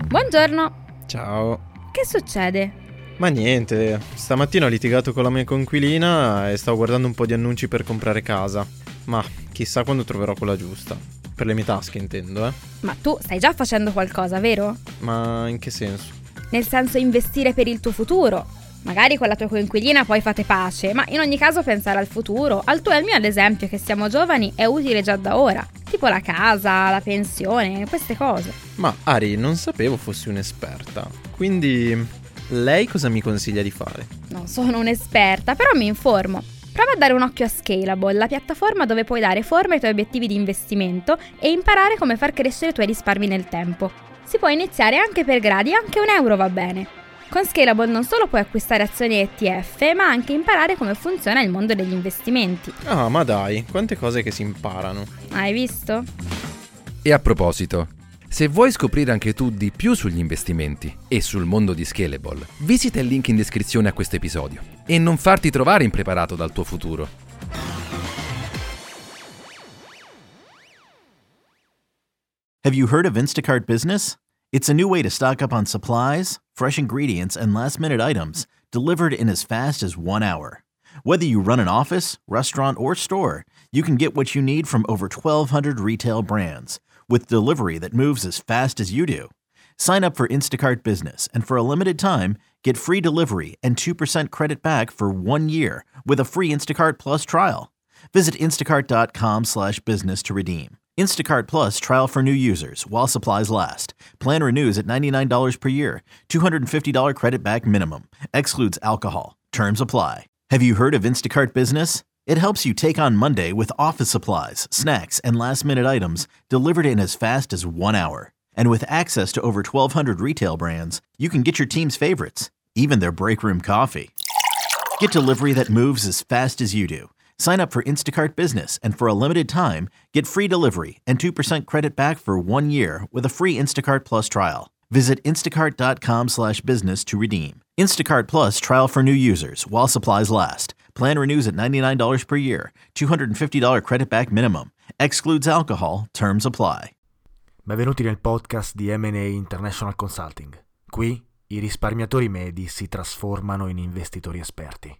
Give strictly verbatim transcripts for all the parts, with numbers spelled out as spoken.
Buongiorno. Ciao. Che succede? Ma niente, stamattina ho litigato con la mia coinquilina e stavo guardando un po' di annunci per comprare casa. Ma chissà quando troverò quella giusta. Per le mie tasche intendo, eh. Ma tu stai già facendo qualcosa, vero? Ma in che senso? Nel senso investire per il tuo futuro. Magari con la tua coinquilina poi fate pace, ma in ogni caso pensare al futuro, al tuo e al mio ad esempio, che siamo giovani, è utile già da ora. Tipo la casa, la pensione, queste cose. Ma Ari, non sapevo fossi un'esperta. Quindi lei cosa mi consiglia di fare? Non sono un'esperta, però mi informo. Prova a dare un occhio a Scalable, la piattaforma dove puoi dare forma ai tuoi obiettivi di investimento e imparare come far crescere i tuoi risparmi nel tempo. Si può iniziare anche per gradi, anche un euro va bene. Con Scalable non solo puoi acquistare azioni E T F, ma anche imparare come funziona il mondo degli investimenti. Ah, ma dai, quante cose che si imparano. Hai visto? E a proposito, se vuoi scoprire anche tu di più sugli investimenti e sul mondo di Scalable, visita il link in descrizione a questo episodio e non farti trovare impreparato dal tuo futuro. Have you heard of Instacart Business? It's a new way to stock up on supplies, fresh ingredients, and last-minute items delivered in as fast as one hour. Whether you run an office, restaurant, or store, you can get what you need from over twelve hundred retail brands with delivery that moves as fast as you do. Sign up for Instacart Business and for a limited time, get free delivery and two percent credit back for one year with a free Instacart Plus trial. Visit instacart.com slash business to redeem. Instacart Plus trial for new users while supplies last. Plan renews at ninety-nine dollars per year. two hundred fifty dollars credit back minimum. Excludes alcohol. Terms apply. Have you heard of Instacart Business? It helps you take on Monday with office supplies, snacks, and last-minute items delivered in as fast as one hour. And with access to over twelve hundred retail brands, you can get your team's favorites, even their break room coffee. Get delivery that moves as fast as you do. Sign up for Instacart Business and for a limited time, get free delivery and two percent credit back for one year with a free Instacart Plus trial. Visit instacart.com slash business to redeem. Instacart Plus trial for new users while supplies last. Plan renews at ninety-nine dollars per year. two hundred fifty dollars credit back minimum. Excludes alcohol. Terms apply. Benvenuti nel podcast di M and A International Consulting. Qui i risparmiatori medi si trasformano in investitori esperti.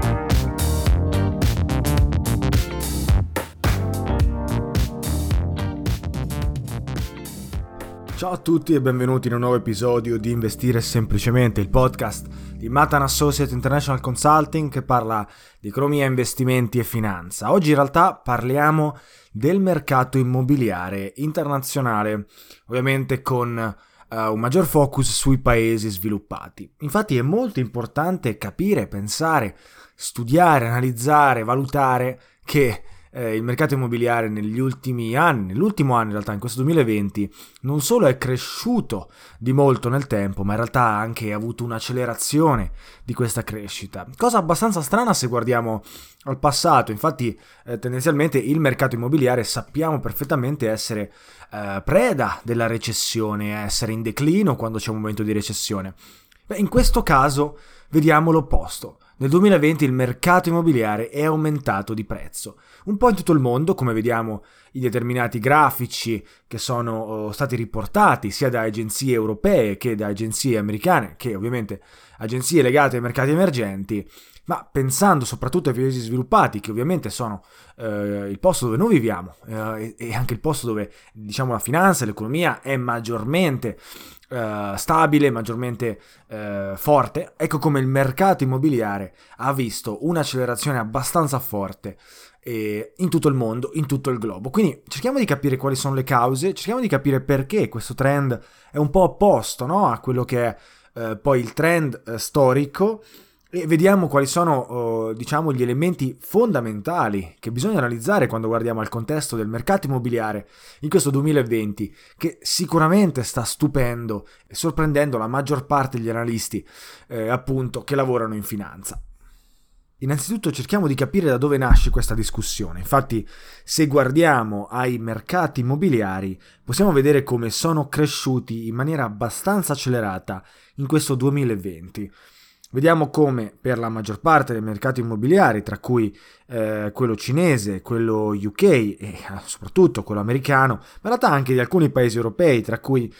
Ciao a tutti e benvenuti in un nuovo episodio di Investire Semplicemente, il podcast di Matan Associate International Consulting che parla di economia, investimenti e finanza. Oggi in realtà parliamo del mercato immobiliare internazionale, ovviamente con uh, un maggior focus sui paesi sviluppati. Infatti è molto importante capire, pensare, studiare, analizzare, valutare che Eh, il mercato immobiliare negli ultimi anni, nell'ultimo anno in realtà, in questo duemilaventi, non solo è cresciuto di molto nel tempo, ma in realtà ha anche avuto un'accelerazione di questa crescita. Cosa abbastanza strana se guardiamo al passato. Infatti eh, tendenzialmente il mercato immobiliare sappiamo perfettamente essere eh, preda della recessione, essere in declino quando c'è un momento di recessione. Beh, in questo caso vediamo l'opposto. Nel duemilaventi il mercato immobiliare è aumentato di prezzo, un po' in tutto il mondo, come vediamo in determinati grafici che sono stati riportati sia da agenzie europee che da agenzie americane, che ovviamente agenzie legate ai mercati emergenti, ma pensando soprattutto ai paesi sviluppati, che ovviamente sono eh, il posto dove noi viviamo eh, e anche il posto dove, diciamo, la finanza e l'economia è maggiormente Uh, stabile, maggiormente uh, forte. Ecco come il mercato immobiliare ha visto un'accelerazione abbastanza forte eh, in tutto il mondo, in tutto il globo. Quindi cerchiamo di capire quali sono le cause, cerchiamo di capire perché questo trend è un po' opposto, no, a quello che è uh, poi il trend uh, storico, e vediamo quali sono uh, diciamo gli elementi fondamentali che bisogna analizzare quando guardiamo al contesto del mercato immobiliare in questo duemilaventi, che sicuramente sta stupendo e sorprendendo la maggior parte degli analisti eh, appunto che lavorano in finanza. Innanzitutto cerchiamo di capire da dove nasce questa discussione. Infatti, se guardiamo ai mercati immobiliari, possiamo vedere come sono cresciuti in maniera abbastanza accelerata in questo duemilaventi. Vediamo come per la maggior parte dei mercati immobiliari, tra cui eh, quello cinese, quello U K e soprattutto quello americano, ma in realtà anche di alcuni paesi europei, tra cui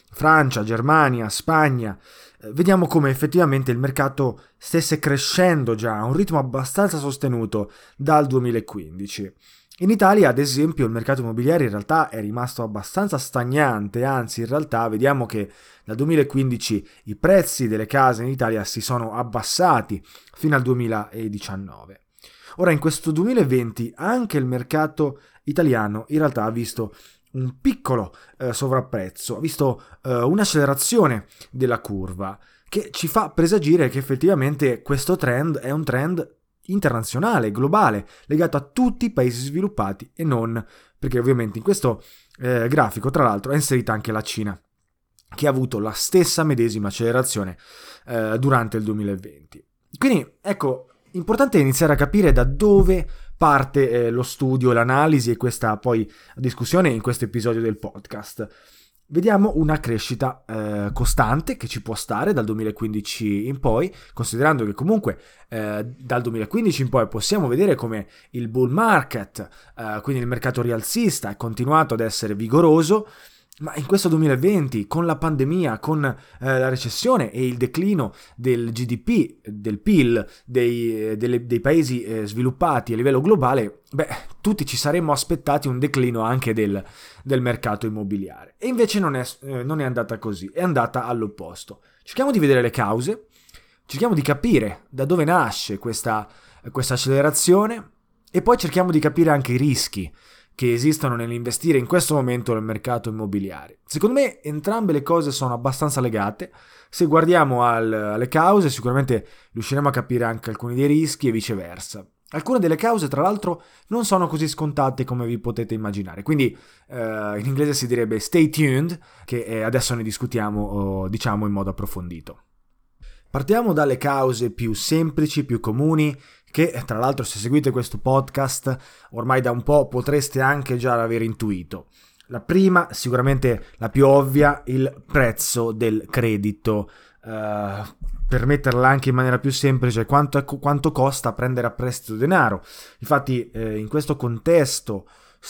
Francia, Germania, Spagna, eh, vediamo come effettivamente il mercato stesse crescendo già a un ritmo abbastanza sostenuto dal duemilaquindici. In Italia, ad esempio, il mercato immobiliare in realtà è rimasto abbastanza stagnante, anzi in realtà vediamo che dal duemilaquindici i prezzi delle case in Italia si sono abbassati fino al duemiladiciannove. Ora, in questo duemilaventi anche il mercato italiano in realtà ha visto un piccolo eh, sovrapprezzo, ha visto eh, un'accelerazione della curva che ci fa presagire che effettivamente questo trend è un trend internazionale, globale, legato a tutti i paesi sviluppati e non, perché ovviamente in questo eh, grafico tra l'altro è inserita anche la Cina, che ha avuto la stessa medesima accelerazione eh, durante il duemilaventi. Quindi ecco, importante iniziare a capire da dove parte eh, lo studio, l'analisi e questa poi discussione in questo episodio del podcast. Vediamo una crescita eh, costante che ci può stare dal duemilaquindici in poi, considerando che comunque eh, dal duemilaquindici in poi possiamo vedere come il bull market, eh, quindi il mercato rialzista, è continuato ad essere vigoroso, ma in questo duemilaventi, con la pandemia, con eh, la recessione e il declino del G D P, del P I L, dei, delle, dei paesi eh, sviluppati a livello globale, beh, tutti ci saremmo aspettati un declino anche del, del mercato immobiliare. E invece non è, eh, non è andata così, è andata all'opposto. Cerchiamo di vedere le cause, cerchiamo di capire da dove nasce questa, questa accelerazione e poi cerchiamo di capire anche i rischi che esistono nell'investire in questo momento nel mercato immobiliare. Secondo me entrambe le cose sono abbastanza legate. Se guardiamo al, alle cause sicuramente riusciremo a capire anche alcuni dei rischi e viceversa. Alcune delle cause tra l'altro non sono così scontate come vi potete immaginare, quindi eh, in inglese si direbbe stay tuned, che eh, adesso ne discutiamo oh, diciamo in modo approfondito. Partiamo dalle cause più semplici, più comuni, che tra l'altro se seguite questo podcast ormai da un po' potreste anche già aver intuito. La prima, sicuramente la più ovvia, il prezzo del credito. Uh, per metterla anche in maniera più semplice, quanto, quanto costa prendere a prestito denaro. Infatti eh, in questo contesto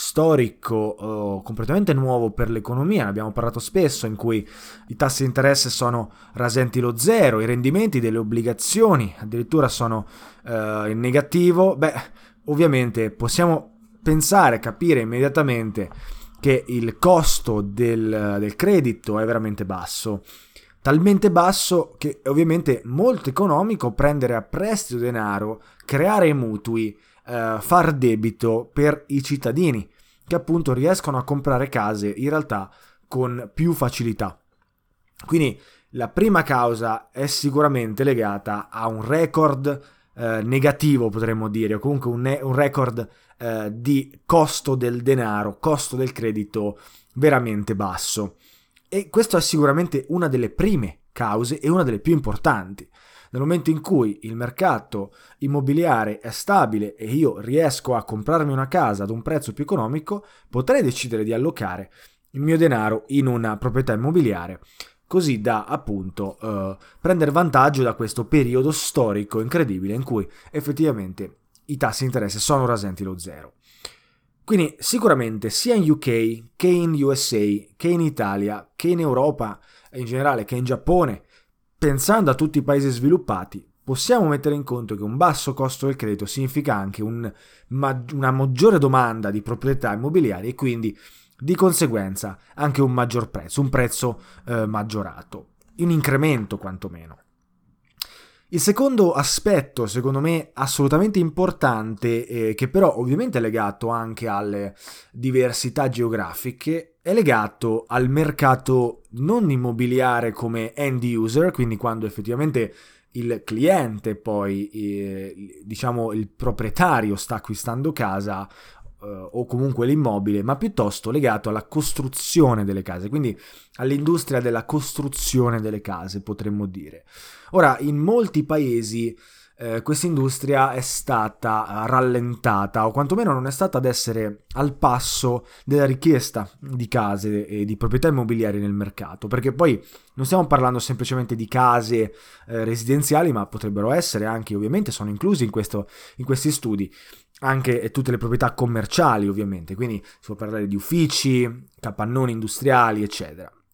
storico uh, completamente nuovo per l'economia, ne abbiamo parlato spesso, in cui i tassi di interesse sono rasenti lo zero, i rendimenti delle obbligazioni addirittura sono uh, in negativo, beh, ovviamente possiamo pensare, capire immediatamente che il costo del, del credito è veramente basso, talmente basso che è ovviamente molto economico prendere a prestito denaro, creare mutui, Uh, far debito per i cittadini che appunto riescono a comprare case in realtà con più facilità. Quindi la prima causa è sicuramente legata a un record uh, negativo, potremmo dire, o comunque un, ne- un record uh, di costo del denaro, costo del credito veramente basso. E questa è sicuramente una delle prime cause e una delle più importanti. Nel momento in cui il mercato immobiliare è stabile e io riesco a comprarmi una casa ad un prezzo più economico, potrei decidere di allocare il mio denaro in una proprietà immobiliare, così da appunto eh, prendere vantaggio da questo periodo storico incredibile in cui effettivamente i tassi di interesse sono rasenti lo zero. Quindi sicuramente sia in U K che in U S A, che in Italia, che in Europa in generale, che in Giappone, pensando a tutti i paesi sviluppati, possiamo mettere in conto che un basso costo del credito significa anche un, una maggiore domanda di proprietà immobiliari e quindi di conseguenza anche un maggior prezzo, un prezzo eh, maggiorato, un incremento quantomeno. Il secondo aspetto, secondo me assolutamente importante, eh, che però ovviamente è legato anche alle diversità geografiche, è legato al mercato non immobiliare come end user, quindi quando effettivamente il cliente poi, eh, diciamo il proprietario sta acquistando casa eh, o comunque l'immobile, ma piuttosto legato alla costruzione delle case, quindi all'industria della costruzione delle case, potremmo dire. Ora, in molti paesi eh, questa industria è stata rallentata o quantomeno non è stata ad essere al passo della richiesta di case e di proprietà immobiliari nel mercato, perché poi non stiamo parlando semplicemente di case eh, residenziali, ma potrebbero essere anche, ovviamente sono inclusi in, questo, in questi studi, anche tutte le proprietà commerciali ovviamente, quindi si può parlare di uffici, capannoni industriali eccetera.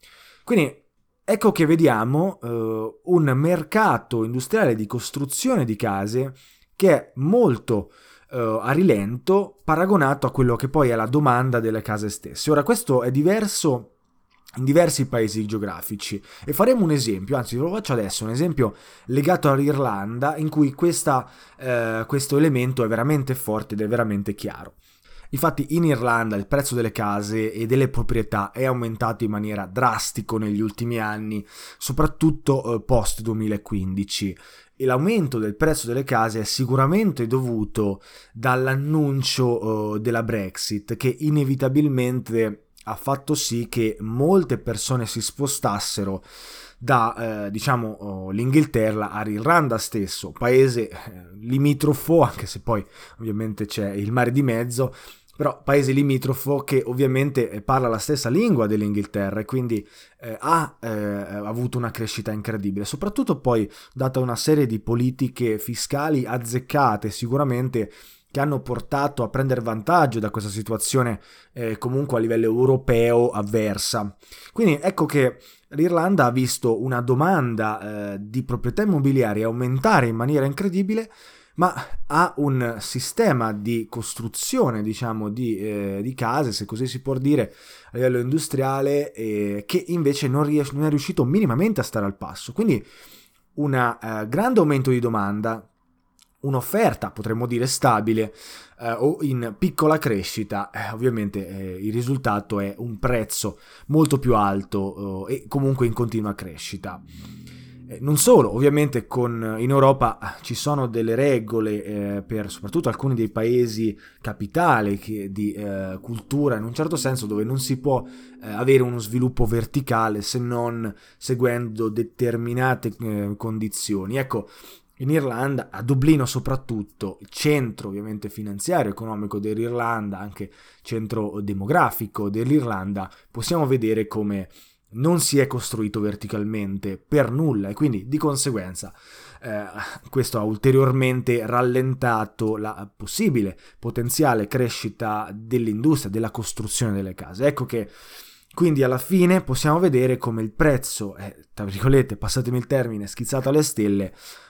Quindi ecco che vediamo eh, un mercato industriale di costruzione di case che è molto eh, a rilento paragonato a quello che poi è la domanda delle case stesse. Ora, questo è diverso in diversi paesi geografici e faremo un esempio, anzi ve lo faccio adesso, un esempio legato all'Irlanda in cui questa, eh, questo elemento è veramente forte ed è veramente chiaro. Infatti in Irlanda il prezzo delle case e delle proprietà è aumentato in maniera drastica negli ultimi anni, soprattutto eh, post duemilaquindici, e l'aumento del prezzo delle case è sicuramente dovuto dall'annuncio eh, della Brexit, che inevitabilmente ha fatto sì che molte persone si spostassero da eh, diciamo oh, l'Inghilterra all'Irlanda stesso, paese eh, limitrofo, anche se poi ovviamente c'è il mare di mezzo, però paese limitrofo che ovviamente parla la stessa lingua dell'Inghilterra e quindi eh, ha eh, avuto una crescita incredibile, soprattutto poi data una serie di politiche fiscali azzeccate sicuramente, che hanno portato a prendere vantaggio da questa situazione eh, comunque a livello europeo avversa. Quindi ecco che l'Irlanda ha visto una domanda eh, di proprietà immobiliari aumentare in maniera incredibile, ma ha un sistema di costruzione, diciamo, di, eh, di case, se così si può dire, a livello industriale, eh, che invece non, ries- non è riuscito minimamente a stare al passo. Quindi un eh, grande aumento di domanda, un'offerta potremmo dire stabile eh, o in piccola crescita, eh, ovviamente eh, il risultato è un prezzo molto più alto eh, e comunque in continua crescita. Eh, non solo, ovviamente con, in Europa ci sono delle regole eh, per soprattutto alcuni dei paesi capitali che, di eh, cultura in un certo senso, dove non si può eh, avere uno sviluppo verticale se non seguendo determinate eh, condizioni. Ecco, in Irlanda, a Dublino soprattutto, il centro ovviamente finanziario, economico dell'Irlanda, anche centro demografico dell'Irlanda, possiamo vedere come non si è costruito verticalmente per nulla e quindi di conseguenza eh, questo ha ulteriormente rallentato la possibile potenziale crescita dell'industria, della costruzione delle case. Ecco che quindi alla fine possiamo vedere come il prezzo è, tra virgolette, passatemi il termine, schizzato alle stelle,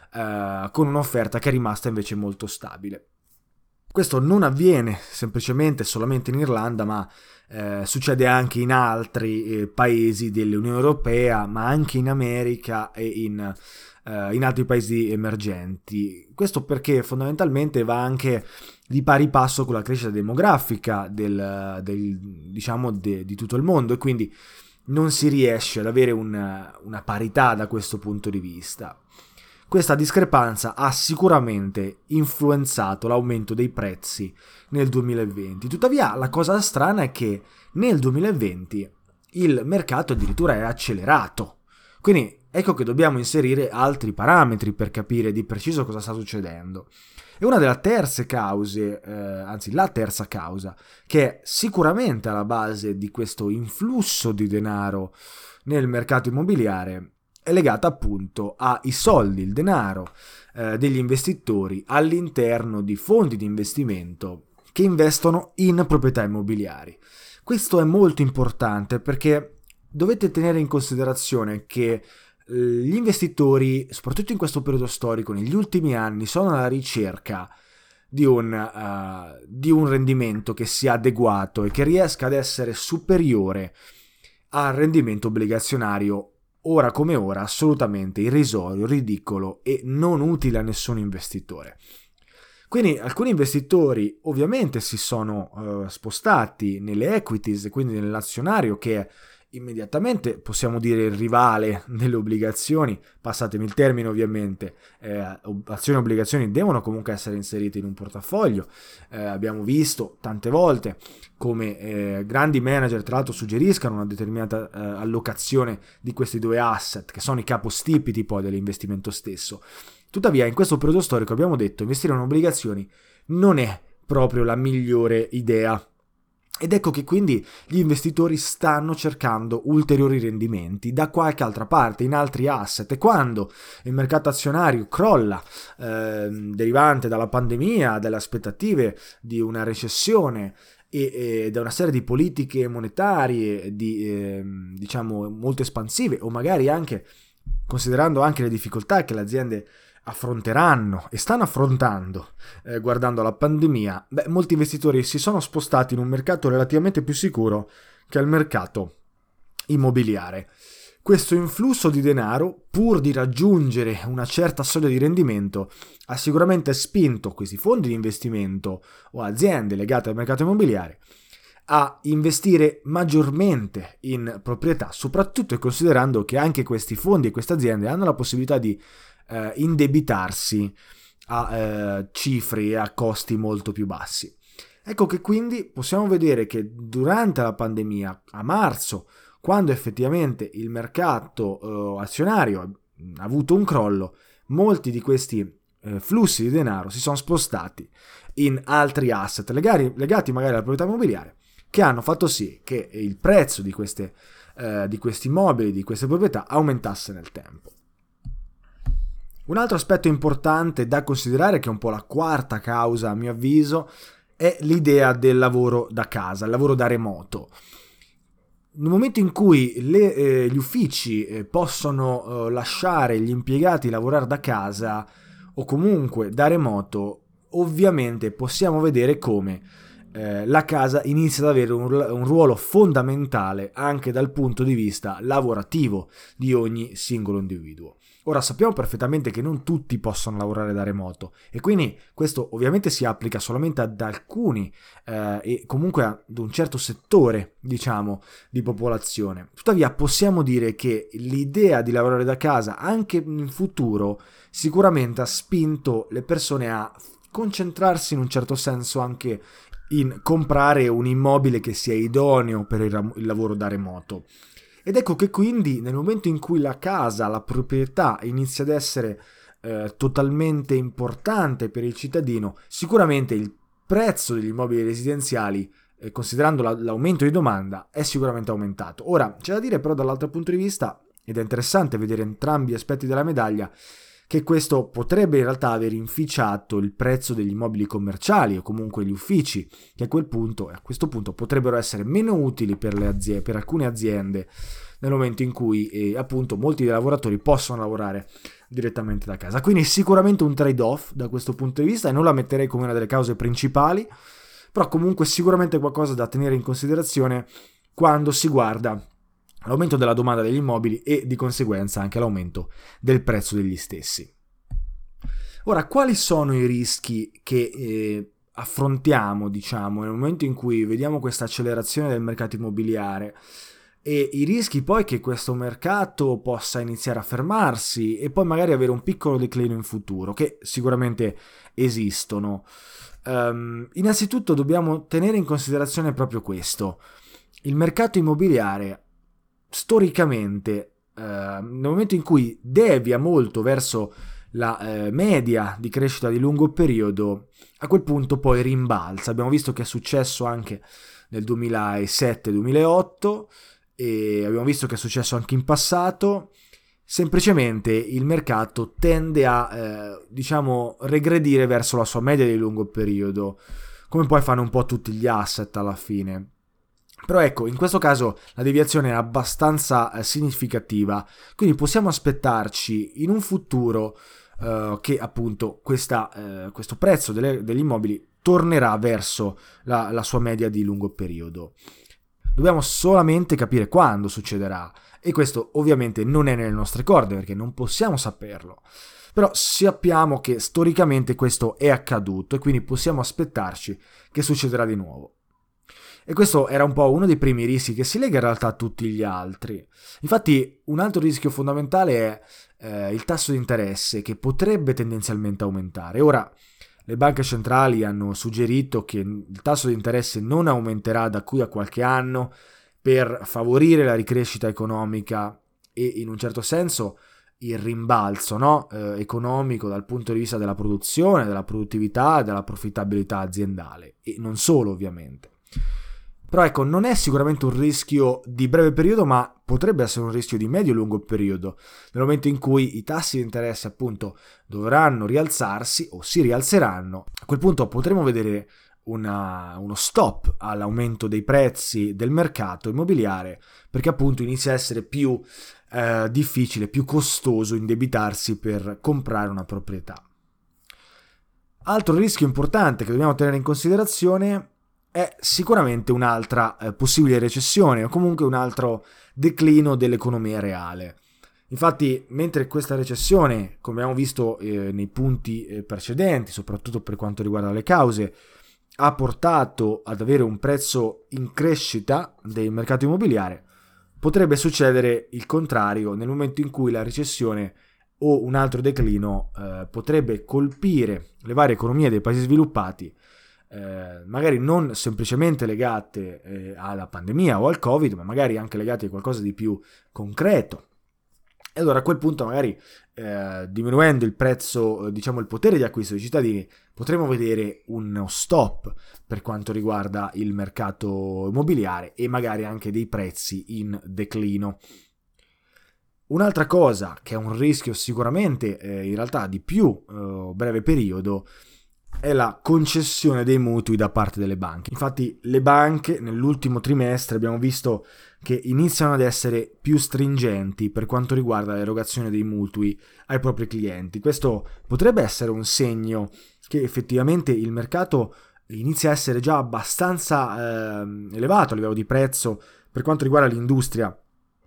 Uh, con un'offerta che è rimasta invece molto stabile. Questo non avviene semplicemente solamente in Irlanda, ma eh, succede anche in altri eh, paesi dell'Unione Europea, ma anche in America e in, eh, in altri paesi emergenti. Questo perché fondamentalmente va anche di pari passo con la crescita demografica del, del, diciamo de, di tutto il mondo e quindi non si riesce ad avere una, una parità da questo punto di vista. Questa discrepanza ha sicuramente influenzato l'aumento dei prezzi nel duemilaventi. Tuttavia, la cosa strana è che nel duemilaventi il mercato addirittura è accelerato. Quindi ecco che dobbiamo inserire altri parametri per capire di preciso cosa sta succedendo. E una delle terze cause, eh, anzi la terza causa, che è sicuramente alla base di questo influsso di denaro nel mercato immobiliare, è legata appunto ai soldi, il denaro eh, degli investitori all'interno di fondi di investimento che investono in proprietà immobiliari. Questo è molto importante perché dovete tenere in considerazione che gli investitori, soprattutto in questo periodo storico, negli ultimi anni, sono alla ricerca di un, uh, di un rendimento che sia adeguato e che riesca ad essere superiore al rendimento obbligazionario, ora come ora assolutamente irrisorio, ridicolo e non utile a nessun investitore. Quindi alcuni investitori ovviamente si sono uh, spostati nelle equities, quindi nell'azionario, che è immediatamente, possiamo dire, il rivale delle obbligazioni. Passatemi il termine, ovviamente, eh, azioni e obbligazioni devono comunque essere inserite in un portafoglio. Eh, abbiamo visto tante volte come eh, grandi manager tra l'altro suggeriscano una determinata eh, allocazione di questi due asset, che sono i capostipiti poi dell'investimento stesso. Tuttavia in questo periodo storico abbiamo detto investire in obbligazioni non è proprio la migliore idea. Ed ecco che quindi gli investitori stanno cercando ulteriori rendimenti da qualche altra parte, in altri asset, e quando il mercato azionario crolla eh, derivante dalla pandemia, dalle aspettative di una recessione e, e da una serie di politiche monetarie di, eh, diciamo molto espansive, o magari anche considerando anche le difficoltà che le aziende affronteranno e stanno affrontando eh, guardando la pandemia, beh, molti investitori si sono spostati in un mercato relativamente più sicuro che è il mercato immobiliare. Questo influsso di denaro, pur di raggiungere una certa soglia di rendimento, ha sicuramente spinto questi fondi di investimento o aziende legate al mercato immobiliare a investire maggiormente in proprietà, soprattutto considerando che anche questi fondi e queste aziende hanno la possibilità di eh, indebitarsi a eh, cifre e a costi molto più bassi. Ecco che quindi possiamo vedere che durante la pandemia, a marzo, quando effettivamente il mercato eh, azionario ha avuto un crollo, molti di questi eh, flussi di denaro si sono spostati in altri asset legati, legati magari alla proprietà immobiliare, che hanno fatto sì che il prezzo di, queste, eh, di questi immobili, di queste proprietà aumentasse nel tempo. Un altro aspetto importante da considerare, che è un po' la quarta causa a mio avviso, è l'idea del lavoro da casa, il lavoro da remoto. Nel momento in cui le, eh, gli uffici eh, possono eh, lasciare gli impiegati lavorare da casa o comunque da remoto, ovviamente possiamo vedere come eh, la casa inizia ad avere un, un ruolo fondamentale anche dal punto di vista lavorativo di ogni singolo individuo. Ora sappiamo perfettamente che non tutti possono lavorare da remoto e quindi questo ovviamente si applica solamente ad alcuni eh, e comunque ad un certo settore, diciamo, di popolazione. Tuttavia possiamo dire che l'idea di lavorare da casa anche in futuro sicuramente ha spinto le persone a concentrarsi in un certo senso anche in comprare un immobile che sia idoneo per il, il lavoro da remoto. Ed ecco che quindi nel momento in cui la casa, la proprietà inizia ad essere eh, totalmente importante per il cittadino, sicuramente il prezzo degli immobili residenziali, eh, considerando la, l'aumento di domanda, è sicuramente aumentato. Ora, c'è da dire però dall'altro punto di vista, ed è interessante vedere entrambi gli aspetti della medaglia, che questo potrebbe in realtà aver inficiato il prezzo degli immobili commerciali o comunque gli uffici, che a quel punto, a questo punto potrebbero essere meno utili per le aziende, per alcune aziende, nel momento in cui eh, appunto molti dei lavoratori possono lavorare direttamente da casa. Quindi sicuramente un trade-off da questo punto di vista, e non la metterei come una delle cause principali, però comunque sicuramente qualcosa da tenere in considerazione quando si guarda l'aumento della domanda degli immobili e di conseguenza anche l'aumento del prezzo degli stessi. Ora, quali sono i rischi che eh, affrontiamo, diciamo, nel momento in cui vediamo questa accelerazione del mercato immobiliare e i rischi poi che questo mercato possa iniziare a fermarsi e poi magari avere un piccolo declino in futuro, che sicuramente esistono? Um, innanzitutto dobbiamo tenere in considerazione proprio questo. Il mercato immobiliare storicamente, eh, nel momento in cui devia molto verso la eh, media di crescita di lungo periodo, a quel punto poi rimbalza. Abbiamo visto che è successo anche nel duemilasette duemilaotto e abbiamo visto che è successo anche in passato. Semplicemente il mercato tende a eh, diciamo regredire verso la sua media di lungo periodo, come poi fanno un po' tutti gli asset alla fine. Però ecco, in questo caso la deviazione è abbastanza eh, significativa, quindi possiamo aspettarci in un futuro eh, che appunto questa, eh, questo prezzo delle, degli immobili tornerà verso la, la sua media di lungo periodo. Dobbiamo solamente capire quando succederà e questo ovviamente non è nelle nostre corde perché non possiamo saperlo. Però sappiamo che storicamente questo è accaduto e quindi possiamo aspettarci che succederà di nuovo. E questo era un po' uno dei primi rischi che si lega in realtà a tutti gli altri. Infatti un altro rischio fondamentale è eh, il tasso di interesse che potrebbe tendenzialmente aumentare. Ora le banche centrali hanno suggerito che il tasso di interesse non aumenterà da qui a qualche anno per favorire la ricrescita economica e in un certo senso il rimbalzo no? eh, economico dal punto di vista della produzione, della produttività e della profittabilità aziendale e non solo ovviamente. Però ecco, non è sicuramente un rischio di breve periodo, ma potrebbe essere un rischio di medio-lungo periodo, nel momento in cui i tassi di interesse appunto dovranno rialzarsi o si rialzeranno. A quel punto potremo vedere una, uno stop all'aumento dei prezzi del mercato immobiliare, perché appunto inizia a essere più eh, difficile, più costoso indebitarsi per comprare una proprietà. Altro rischio importante che dobbiamo tenere in considerazione è sicuramente un'altra eh, possibile recessione o comunque un altro declino dell'economia reale. Infatti, mentre questa recessione, come abbiamo visto eh, nei punti eh, precedenti, soprattutto per quanto riguarda le cause, ha portato ad avere un prezzo in crescita del mercato immobiliare, potrebbe succedere il contrario nel momento in cui la recessione o un altro declino eh, potrebbe colpire le varie economie dei paesi sviluppati, eh, magari non semplicemente legate eh, alla pandemia o al Covid, ma magari anche legate a qualcosa di più concreto. E allora a quel punto magari eh, diminuendo il prezzo, diciamo il potere di acquisto dei cittadini, potremo vedere uno stop per quanto riguarda il mercato immobiliare e magari anche dei prezzi in declino. Un'altra cosa che è un rischio sicuramente eh, in realtà di più eh, breve periodo è la concessione dei mutui da parte delle banche. Infatti le banche nell'ultimo trimestre abbiamo visto che iniziano ad essere più stringenti per quanto riguarda l'erogazione dei mutui ai propri clienti. Questo potrebbe essere un segno che effettivamente il mercato inizia a essere già abbastanza eh, elevato a livello di prezzo per quanto riguarda l'industria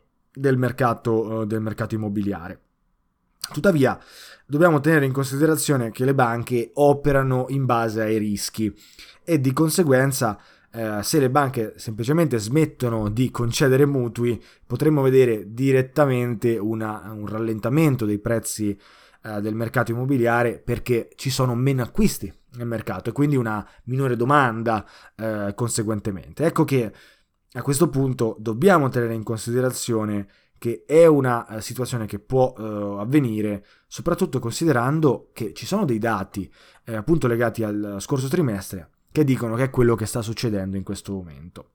del mercato, eh, del mercato immobiliare. Tuttavia, dobbiamo tenere in considerazione che le banche operano in base ai rischi e di conseguenza eh, se le banche semplicemente smettono di concedere mutui, potremmo vedere direttamente una, un rallentamento dei prezzi eh, del mercato immobiliare, perché ci sono meno acquisti nel mercato e quindi una minore domanda eh, conseguentemente. Ecco che a questo punto dobbiamo tenere in considerazione che è una uh, situazione che può uh, avvenire, soprattutto considerando che ci sono dei dati eh, appunto legati al scorso trimestre che dicono che è quello che sta succedendo in questo momento.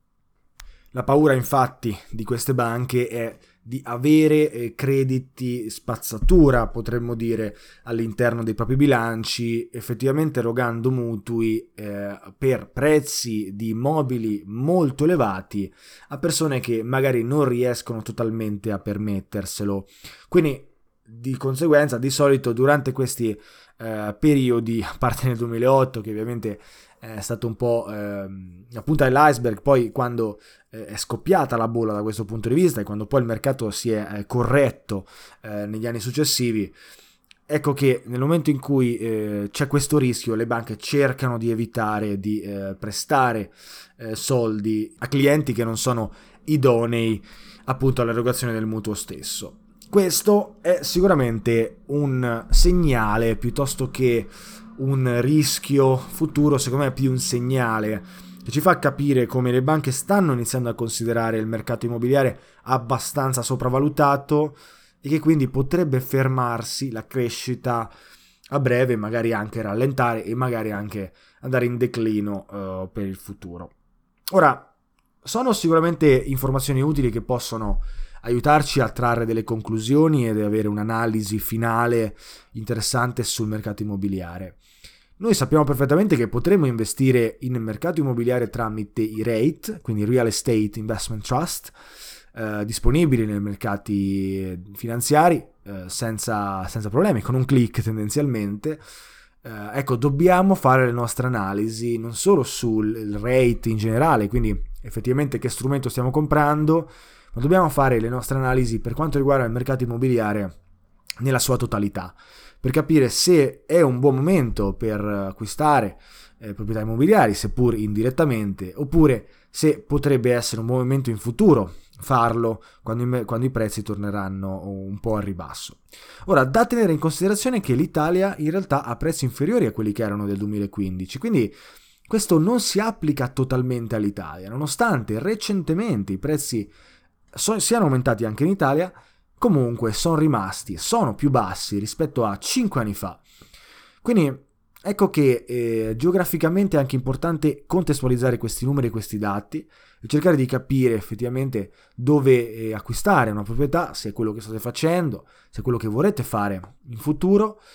La paura infatti di queste banche è di avere eh, crediti spazzatura, potremmo dire, all'interno dei propri bilanci, effettivamente erogando mutui eh, per prezzi di immobili molto elevati a persone che magari non riescono totalmente a permetterselo. Quindi di conseguenza di solito durante questi eh, periodi, a parte nel duemilaotto che ovviamente è stato un po' eh, la punta dell'iceberg, poi quando eh, è scoppiata la bolla da questo punto di vista e quando poi il mercato si è eh, corretto eh, negli anni successivi, ecco che nel momento in cui eh, c'è questo rischio le banche cercano di evitare di eh, prestare eh, soldi a clienti che non sono idonei appunto all'erogazione del mutuo stesso. Questo è sicuramente un segnale piuttosto che un rischio futuro, secondo me è più un segnale che ci fa capire come le banche stanno iniziando a considerare il mercato immobiliare abbastanza sopravvalutato e che quindi potrebbe fermarsi la crescita a breve, magari anche rallentare e magari anche andare in declino uh, per il futuro. Ora, sono sicuramente informazioni utili che possono aiutarci a trarre delle conclusioni ed avere un'analisi finale interessante sul mercato immobiliare. Noi sappiamo perfettamente che potremo investire in mercato immobiliare tramite i REIT, quindi Real Estate Investment Trust, eh, disponibili nei mercati finanziari eh, senza, senza problemi, con un click tendenzialmente. Eh, ecco, dobbiamo fare le nostre analisi non solo sul rate in generale, quindi effettivamente che strumento stiamo comprando, ma dobbiamo fare le nostre analisi per quanto riguarda il mercato immobiliare nella sua totalità, per capire se è un buon momento per acquistare eh, proprietà immobiliari, seppur indirettamente, oppure se potrebbe essere un buon momento in futuro farlo quando i, quando i prezzi torneranno un po' al ribasso. Ora, da tenere in considerazione che l'Italia in realtà ha prezzi inferiori a quelli che erano del duemilaquindici, quindi questo non si applica totalmente all'Italia, nonostante recentemente i prezzi so, siano aumentati anche in Italia. Comunque sono rimasti, sono più bassi rispetto a cinque anni fa. Quindi ecco che eh, geograficamente è anche importante contestualizzare questi numeri e questi dati e cercare di capire effettivamente dove eh, acquistare una proprietà, se è quello che state facendo, se è quello che vorrete fare in futuro,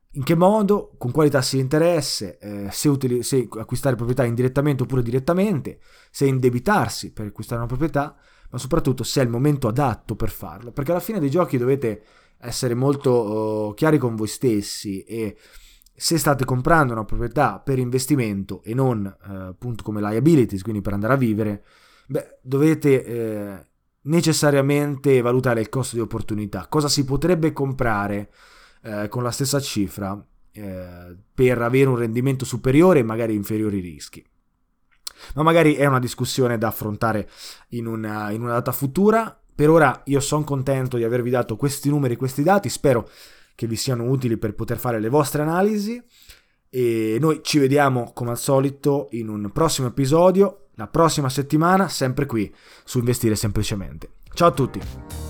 In che modo, con quali tassi di interesse, eh, se, utili- se acquistare proprietà indirettamente oppure direttamente, se indebitarsi per acquistare una proprietà, ma soprattutto se è il momento adatto per farlo, perché alla fine dei giochi dovete essere molto uh, chiari con voi stessi, e se state comprando una proprietà per investimento e non uh, appunto come liabilities, quindi per andare a vivere, beh, dovete eh, necessariamente valutare il costo di opportunità, cosa si potrebbe comprare Eh, con la stessa cifra eh, per avere un rendimento superiore e magari inferiori rischi. Ma magari è una discussione da affrontare in una, in una data futura. Per ora io sono contento di avervi dato questi numeri, questi dati, spero che vi siano utili per poter fare le vostre analisi, e noi ci vediamo come al solito in un prossimo episodio la prossima settimana, sempre qui su Investire Semplicemente. Ciao a tutti!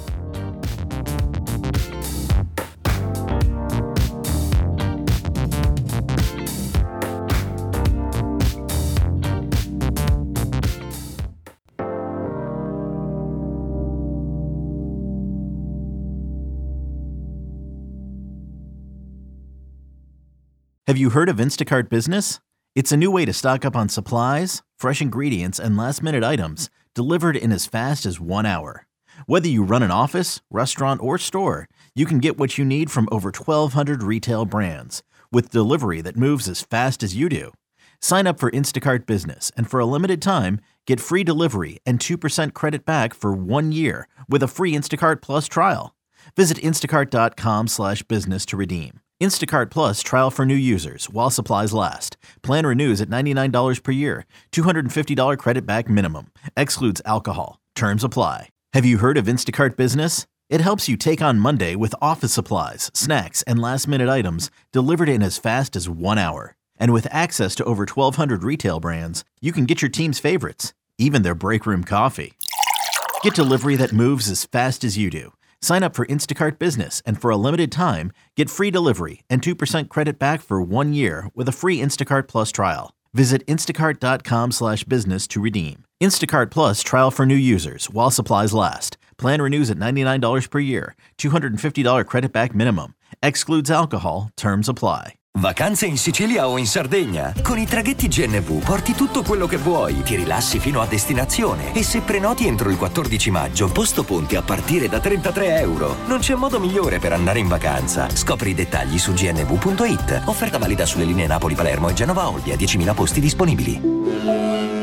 Have you heard of Instacart Business? It's a new way to stock up on supplies, fresh ingredients, and last-minute items delivered in as fast as one hour. Whether you run an office, restaurant, or store, you can get what you need from over twelve hundred retail brands with delivery that moves as fast as you do. Sign up for Instacart Business, and for a limited time, get free delivery and two percent credit back for one year with a free Instacart Plus trial. Visit instacart.com slash business to redeem. Instacart Plus trial for new users while supplies last. Plan renews at ninety-nine dollars per year. two hundred fifty dollars credit back minimum. Excludes alcohol. Terms apply. Have you heard of Instacart Business? It helps you take on Monday with office supplies, snacks, and last-minute items delivered in as fast as one hour. And with access to over twelve hundred retail brands, you can get your team's favorites, even their break room coffee. Get delivery that moves as fast as you do. Sign up for Instacart Business, and for a limited time, get free delivery and two percent credit back for one year with a free Instacart Plus trial. Visit instacart.com slash business to redeem. Instacart Plus trial for new users while supplies last. Plan renews at ninety-nine dollars per year. two hundred fifty dollars credit back minimum. Excludes alcohol. Terms apply. Vacanze in Sicilia o in Sardegna? Con i traghetti G N V porti tutto quello che vuoi, ti rilassi fino a destinazione, e se prenoti entro il quattordici maggio, posto ponti a partire da trentatré euro. Non c'è modo migliore per andare in vacanza. Scopri i dettagli su g n v punto i t. Offerta valida sulle linee Napoli-Palermo e Genova-Olbia, diecimila posti disponibili.